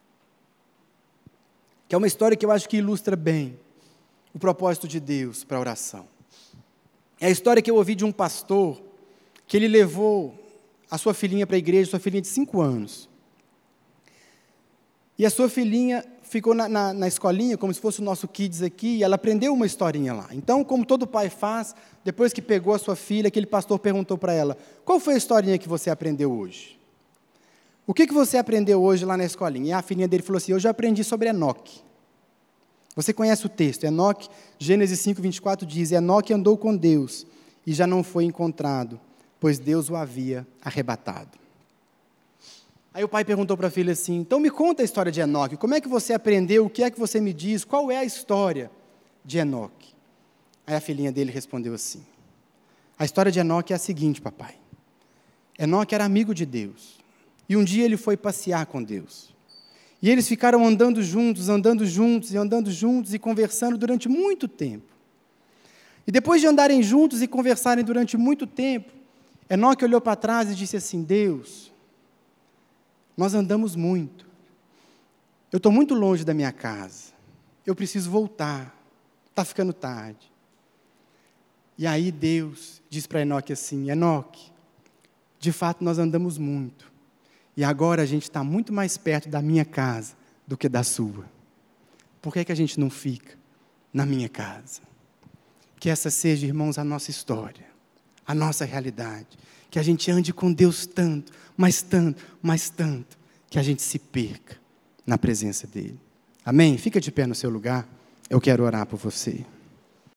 Que é uma história que eu acho que ilustra bem o propósito de Deus para a oração. É a história que eu ouvi de um pastor, que ele levou a sua filhinha para a igreja, sua filhinha de 5 anos. E a sua filhinha ficou na escolinha, como se fosse o nosso Kids aqui, e ela aprendeu uma historinha lá. Então, como todo pai faz, depois que pegou a sua filha, aquele pastor perguntou para ela, qual foi a historinha que você aprendeu hoje? O que você aprendeu hoje lá na escolinha? E a filhinha dele falou assim, hoje eu aprendi sobre Enoque. Você conhece o texto, Enoque, Gênesis 5:24 diz, Enoque andou com Deus e já não foi encontrado, pois Deus o havia arrebatado. Aí o pai perguntou para a filha assim, então me conta a história de Enoque, como é que você aprendeu, o que é que você me diz, qual é a história de Enoque? Aí a filhinha dele respondeu assim, a história de Enoque é a seguinte, papai, Enoque era amigo de Deus, e um dia ele foi passear com Deus. E eles ficaram andando juntos e conversando durante muito tempo. E depois de andarem juntos e conversarem durante muito tempo, Enoque olhou para trás e disse assim, Deus, nós andamos muito. Eu estou muito longe da minha casa. Eu preciso voltar. Está ficando tarde. E aí Deus diz para Enoque assim, Enoque, de fato nós andamos muito. E agora a gente está muito mais perto da minha casa do que da sua. Por que a gente não fica na minha casa? Que essa seja, irmãos, a nossa história, a nossa realidade. Que a gente ande com Deus tanto, mas tanto, mas tanto, que a gente se perca na presença dEle. Amém? Fica de pé no seu lugar, eu quero orar por você.